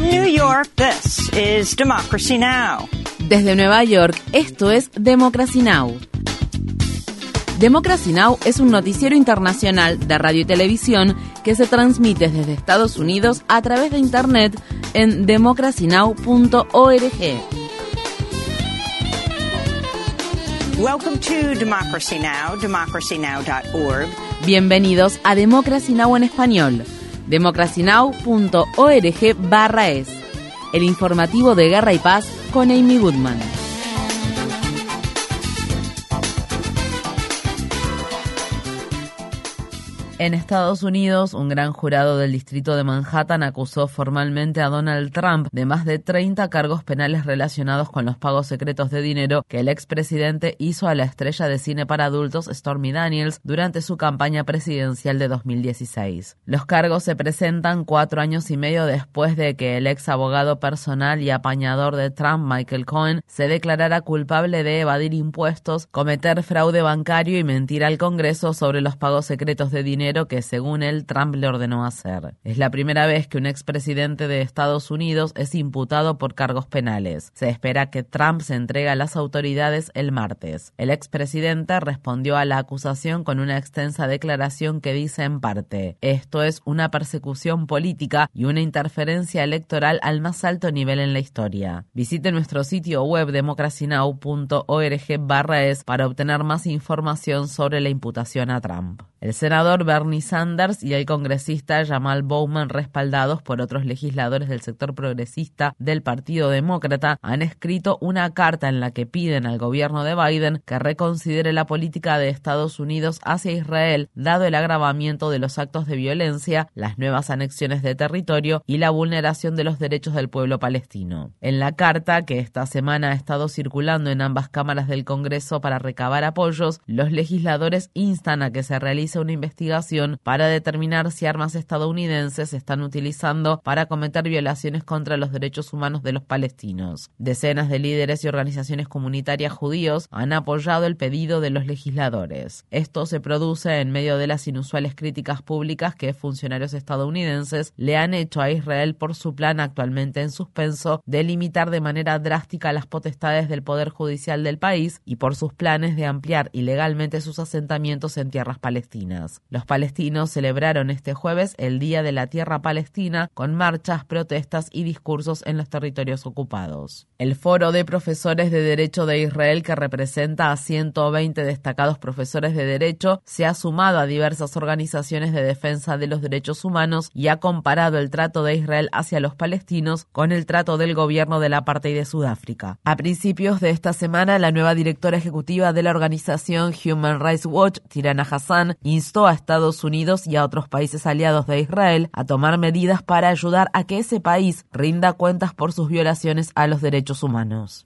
From New York, this is Democracy Now! Desde Nueva York, esto es Democracy Now! Democracy Now! Es un noticiero internacional de radio y televisión que se transmite desde Estados Unidos a través de Internet en democracynow.org. Welcome to Democracy Now!, democracynow.org. Bienvenidos a Democracy Now! En español, democracynow.org/es, el informativo de Guerra y Paz con Amy Goodman. En Estados Unidos, un gran jurado del distrito de Manhattan acusó formalmente a Donald Trump de más de 30 cargos penales relacionados con los pagos secretos de dinero que el expresidente hizo a la estrella de cine para adultos Stormy Daniels durante su campaña presidencial de 2016. Los cargos se presentan 4 años y medio después de que el ex abogado personal y apañador de Trump, Michael Cohen, se declarara culpable de evadir impuestos, cometer fraude bancario y mentir al Congreso sobre los pagos secretos de dinero que, según él, Trump le ordenó hacer. Es la primera vez que un expresidente de Estados Unidos es imputado por cargos penales. Se espera que Trump se entregue a las autoridades el martes. El expresidente respondió a la acusación con una extensa declaración que dice en parte: esto es una persecución política y una interferencia electoral al más alto nivel en la historia. Visite nuestro sitio web democracynow.org/es para obtener más información sobre la imputación a Trump. El senador Bernie Sanders y el congresista Jamal Bowman, respaldados por otros legisladores del sector progresista del Partido Demócrata, han escrito una carta en la que piden al gobierno de Biden que reconsidere la política de Estados Unidos hacia Israel, dado el agravamiento de los actos de violencia, las nuevas anexiones de territorio y la vulneración de los derechos del pueblo palestino. En la carta, que esta semana ha estado circulando en ambas cámaras del Congreso para recabar apoyos, los legisladores instan a que se realice una investigación para determinar si armas estadounidenses se están utilizando para cometer violaciones contra los derechos humanos de los palestinos. Decenas de líderes y organizaciones comunitarias judíos han apoyado el pedido de los legisladores. Esto se produce en medio de las inusuales críticas públicas que funcionarios estadounidenses le han hecho a Israel por su plan actualmente en suspenso de limitar de manera drástica las potestades del poder judicial del país y por sus planes de ampliar ilegalmente sus asentamientos en tierras palestinas. Los palestinos celebraron este jueves el Día de la Tierra Palestina con marchas, protestas y discursos en los territorios ocupados. El Foro de Profesores de Derecho de Israel, que representa a 120 destacados profesores de derecho, se ha sumado a diversas organizaciones de defensa de los derechos humanos y ha comparado el trato de Israel hacia los palestinos con el trato del gobierno del apartheid de Sudáfrica. A principios de esta semana, la nueva directora ejecutiva de la organización Human Rights Watch, Tirana Hassan, instó a Estados Unidos y a otros países aliados de Israel a tomar medidas para ayudar a que ese país rinda cuentas por sus violaciones a los derechos humanos.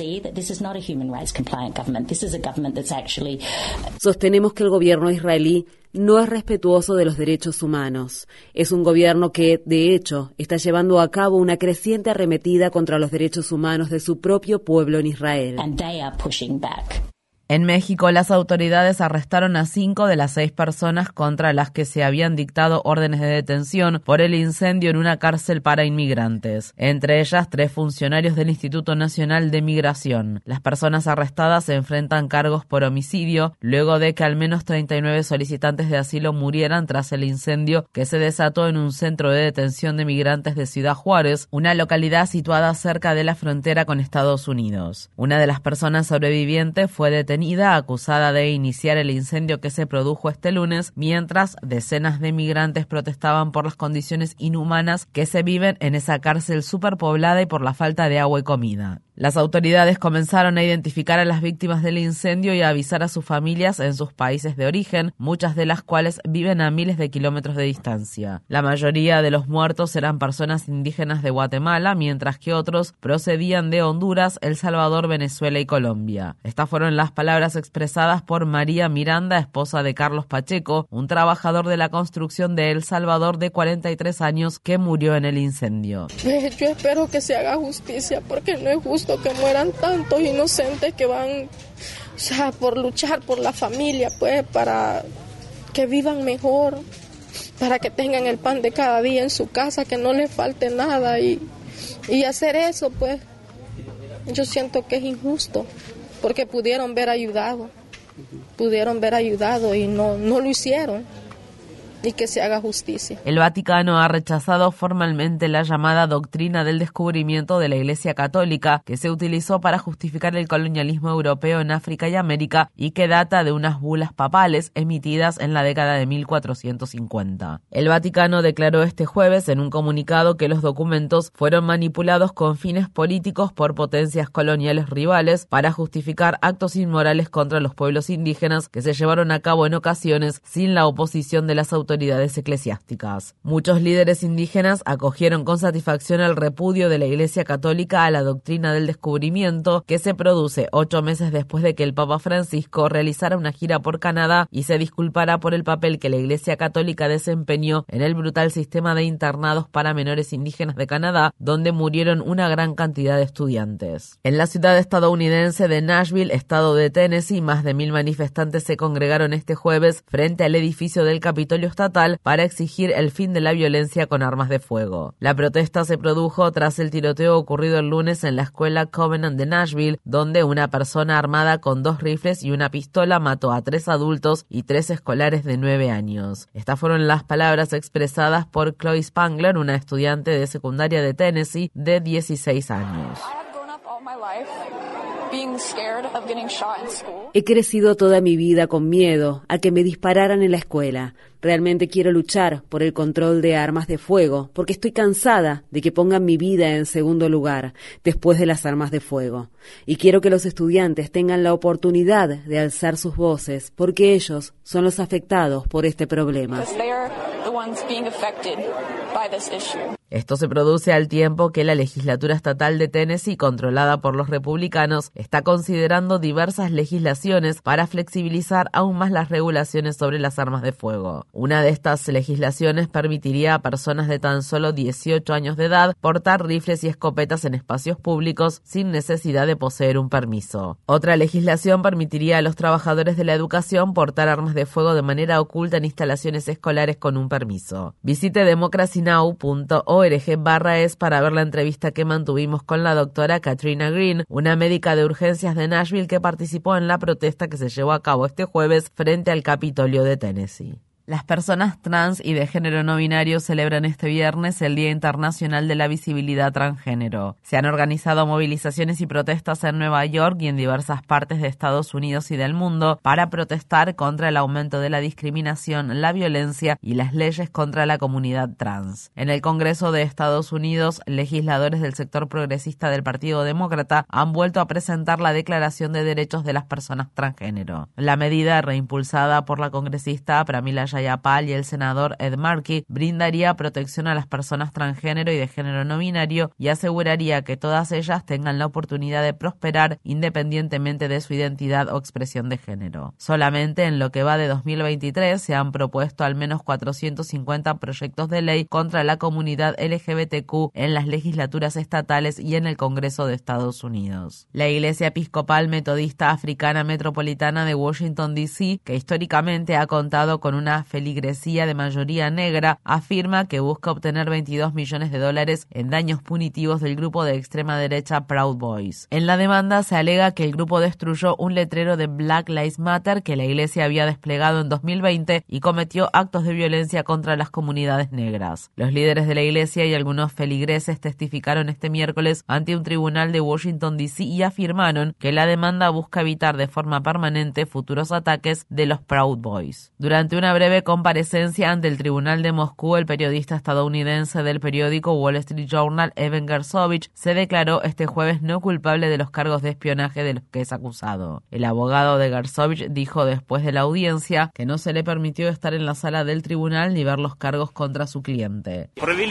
Sostenemos que el gobierno israelí no es respetuoso de los derechos humanos. Es un gobierno que, de hecho, está llevando a cabo una creciente arremetida contra los derechos humanos de su propio pueblo en Israel. En México, las autoridades arrestaron a 5 de las 6 personas contra las que se habían dictado órdenes de detención por el incendio en una cárcel para inmigrantes. Entre ellas, 3 funcionarios del Instituto Nacional de Migración. Las personas arrestadas se enfrentan cargos por homicidio, luego de que al menos 39 solicitantes de asilo murieran tras el incendio que se desató en un centro de detención de migrantes de Ciudad Juárez, una localidad situada cerca de la frontera con Estados Unidos. Una de las personas sobrevivientes fue detenida acusada de iniciar el incendio que se produjo este lunes, mientras decenas de migrantes protestaban por las condiciones inhumanas que se viven en esa cárcel superpoblada y por la falta de agua y comida. Las autoridades comenzaron a identificar a las víctimas del incendio y a avisar a sus familias en sus países de origen, muchas de las cuales viven a miles de kilómetros de distancia. La mayoría de los muertos eran personas indígenas de Guatemala, mientras que otros procedían de Honduras, El Salvador, Venezuela y Colombia. Estas fueron las palabras expresadas por María Miranda, esposa de Carlos Pacheco, un trabajador de la construcción de El Salvador de 43 años que murió en el incendio. Yo espero que se haga justicia porque no es justo que mueran tantos inocentes que van, por luchar por la familia, pues, para que vivan mejor, para que tengan el pan de cada día en su casa, que no les falte nada y Y hacer eso, pues, yo siento que es injusto, porque pudieron haber ayudado y no lo hicieron. Y que se haga justicia. El Vaticano ha rechazado formalmente la llamada doctrina del descubrimiento de la Iglesia Católica, que se utilizó para justificar el colonialismo europeo en África y América y que data de unas bulas papales emitidas en la década de 1450. El Vaticano declaró este jueves en un comunicado que los documentos fueron manipulados con fines políticos por potencias coloniales rivales para justificar actos inmorales contra los pueblos indígenas que se llevaron a cabo en ocasiones sin la oposición de las autoridades eclesiásticas. Muchos líderes indígenas acogieron con satisfacción el repudio de la Iglesia Católica a la doctrina del descubrimiento, que se produce 8 meses después de que el Papa Francisco realizara una gira por Canadá y se disculpara por el papel que la Iglesia Católica desempeñó en el brutal sistema de internados para menores indígenas de Canadá, donde murieron una gran cantidad de estudiantes. En la ciudad estadounidense de Nashville, estado de Tennessee, más de 1.000 manifestantes se congregaron este jueves frente al edificio del Capitolio estatal para exigir el fin de la violencia con armas de fuego. La protesta se produjo tras el tiroteo ocurrido el lunes en la escuela Covenant de Nashville, donde una persona armada con 2 rifles y una pistola mató a 3 adultos y 3 escolares de 9 años. Estas fueron las palabras expresadas por Chloe Spangler, una estudiante de secundaria de Tennessee de 16 años. He crecido toda mi vida con miedo a que me dispararan en la escuela. Realmente quiero luchar por el control de armas de fuego, porque estoy cansada de que pongan mi vida en segundo lugar, después de las armas de fuego. Y quiero que los estudiantes tengan la oportunidad de alzar sus voces, porque ellos son los afectados por este problema. Esto se produce al tiempo que la legislatura estatal de Tennessee, controlada por los republicanos, está considerando diversas legislaciones para flexibilizar aún más las regulaciones sobre las armas de fuego. Una de estas legislaciones permitiría a personas de tan solo 18 años de edad portar rifles y escopetas en espacios públicos sin necesidad de poseer un permiso. Otra legislación permitiría a los trabajadores de la educación portar armas de fuego de manera oculta en instalaciones escolares con un permiso. Visite democracynow.org/es para ver la entrevista que mantuvimos con la doctora Katrina Green, una médica de urgencias de Nashville que participó en la protesta que se llevó a cabo este jueves frente al Capitolio de Tennessee. Las personas trans y de género no binario celebran este viernes el Día Internacional de la Visibilidad Transgénero. Se han organizado movilizaciones y protestas en Nueva York y en diversas partes de Estados Unidos y del mundo para protestar contra el aumento de la discriminación, la violencia y las leyes contra la comunidad trans. En el Congreso de Estados Unidos, legisladores del sector progresista del Partido Demócrata han vuelto a presentar la Declaración de Derechos de las Personas Transgénero. La medida, reimpulsada por la congresista Pramila Jayapal y el senador Ed Markey, brindaría protección a las personas transgénero y de género no binario y aseguraría que todas ellas tengan la oportunidad de prosperar independientemente de su identidad o expresión de género. Solamente en lo que va de 2023 se han propuesto al menos 450 proyectos de ley contra la comunidad LGBTQ en las legislaturas estatales y en el Congreso de Estados Unidos. La Iglesia Episcopal Metodista Africana Metropolitana de Washington, D.C., que históricamente ha contado con una feligresía de mayoría negra, afirma que busca obtener $22 millones en daños punitivos del grupo de extrema derecha Proud Boys. En la demanda se alega que el grupo destruyó un letrero de Black Lives Matter que la iglesia había desplegado en 2020 y cometió actos de violencia contra las comunidades negras. Los líderes de la iglesia y algunos feligreses testificaron este miércoles ante un tribunal de Washington, D.C. y afirmaron que la demanda busca evitar de forma permanente futuros ataques de los Proud Boys. Durante una breve comparecencia ante el tribunal de Moscú, el periodista estadounidense del periódico Wall Street Journal, Evan Gershkovich, se declaró este jueves no culpable de los cargos de espionaje de los que es acusado. El abogado de Gershkovich dijo después de la audiencia que no se le permitió estar en la sala del tribunal ni ver los cargos contra su cliente.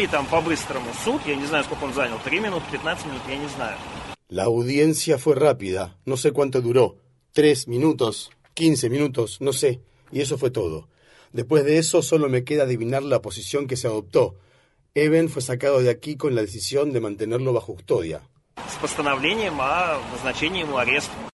La audiencia fue rápida, no sé cuánto duró, 3 minutos, 15 minutos, no sé, y eso fue todo. Después de eso solo me queda adivinar la posición que se adoptó. Evan fue sacado de aquí con la decisión de mantenerlo bajo custodia.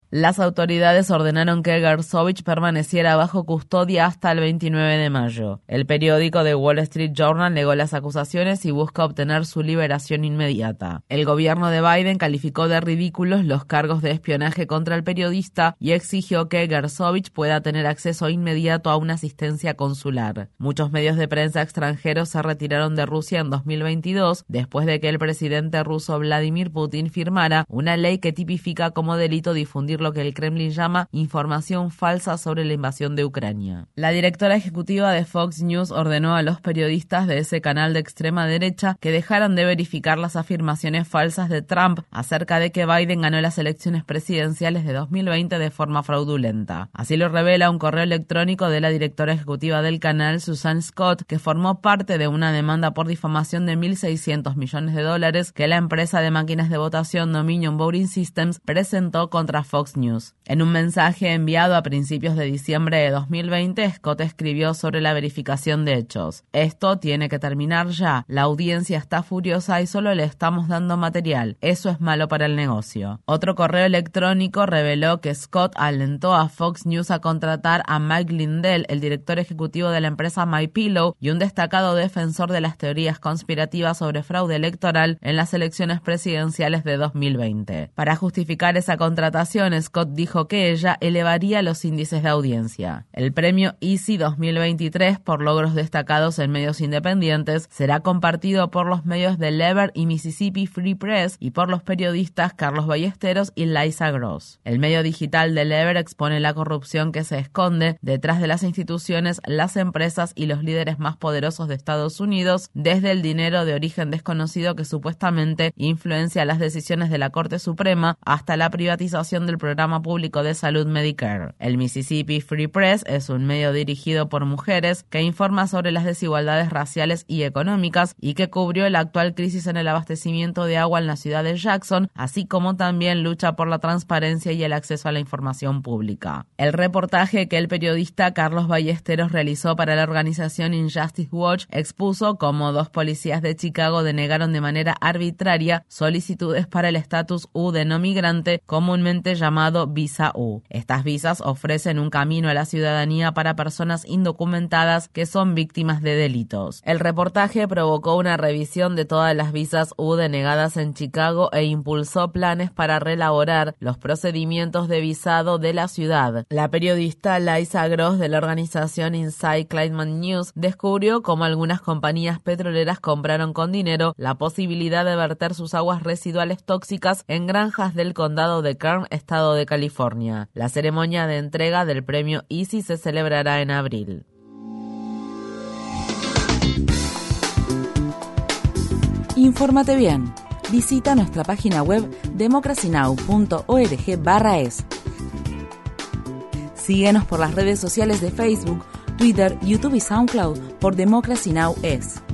Las autoridades ordenaron que Gershkovich permaneciera bajo custodia hasta el 29 de mayo. El periódico The Wall Street Journal negó las acusaciones y busca obtener su liberación inmediata. El gobierno de Biden calificó de ridículos los cargos de espionaje contra el periodista y exigió que Gershkovich pueda tener acceso inmediato a una asistencia consular. Muchos medios de prensa extranjeros se retiraron de Rusia en 2022 después de que el presidente ruso Vladimir Putin firmara una ley que tipifica como delito difundir lo que el Kremlin llama información falsa sobre la invasión de Ucrania. La directora ejecutiva de Fox News ordenó a los periodistas de ese canal de extrema derecha que dejaran de verificar las afirmaciones falsas de Trump acerca de que Biden ganó las elecciones presidenciales de 2020 de forma fraudulenta. Así lo revela un correo electrónico de la directora ejecutiva del canal, Susan Scott, que formó parte de una demanda por difamación de $1.600 millones que la empresa de máquinas de votación Dominion Voting Systems presentó contra Fox News. En un mensaje enviado a principios de diciembre de 2020, Scott escribió sobre la verificación de hechos. Esto tiene que terminar ya. La audiencia está furiosa y solo le estamos dando material. Eso es malo para el negocio. Otro correo electrónico reveló que Scott alentó a Fox News a contratar a Mike Lindell, el director ejecutivo de la empresa MyPillow y un destacado defensor de las teorías conspirativas sobre fraude electoral en las elecciones presidenciales de 2020. Para justificar esa contratación, Scott dijo que ella elevaría los índices de audiencia. El premio Easy 2023 por logros destacados en medios independientes será compartido por los medios de Lever y Mississippi Free Press y por los periodistas Carlos Ballesteros y Liza Gross. El medio digital de Lever expone la corrupción que se esconde detrás de las instituciones, las empresas y los líderes más poderosos de Estados Unidos, desde el dinero de origen desconocido que supuestamente influencia las decisiones de la Corte Suprema hasta la privatización del programa público de salud Medicare. El Mississippi Free Press es un medio dirigido por mujeres que informa sobre las desigualdades raciales y económicas y que cubrió la actual crisis en el abastecimiento de agua en la ciudad de Jackson, así como también lucha por la transparencia y el acceso a la información pública. El reportaje que el periodista Carlos Ballesteros realizó para la organización Injustice Watch expuso cómo 2 policías de Chicago denegaron de manera arbitraria solicitudes para el estatus U de no migrante, comúnmente llamado Visa U. Estas visas ofrecen un camino a la ciudadanía para personas indocumentadas que son víctimas de delitos. El reportaje provocó una revisión de todas las visas U denegadas en Chicago e impulsó planes para reelaborar los procedimientos de visado de la ciudad. La periodista Liza Gross de la organización Inside Climate News descubrió cómo algunas compañías petroleras compraron con dinero la posibilidad de verter sus aguas residuales tóxicas en granjas del condado de Kern, estado de California. La ceremonia de entrega del premio Easy se celebrará en abril. Infórmate bien. Visita nuestra página web democracynow.org/es. Síguenos por las redes sociales de Facebook, Twitter, YouTube y SoundCloud por Democracy Now! Es.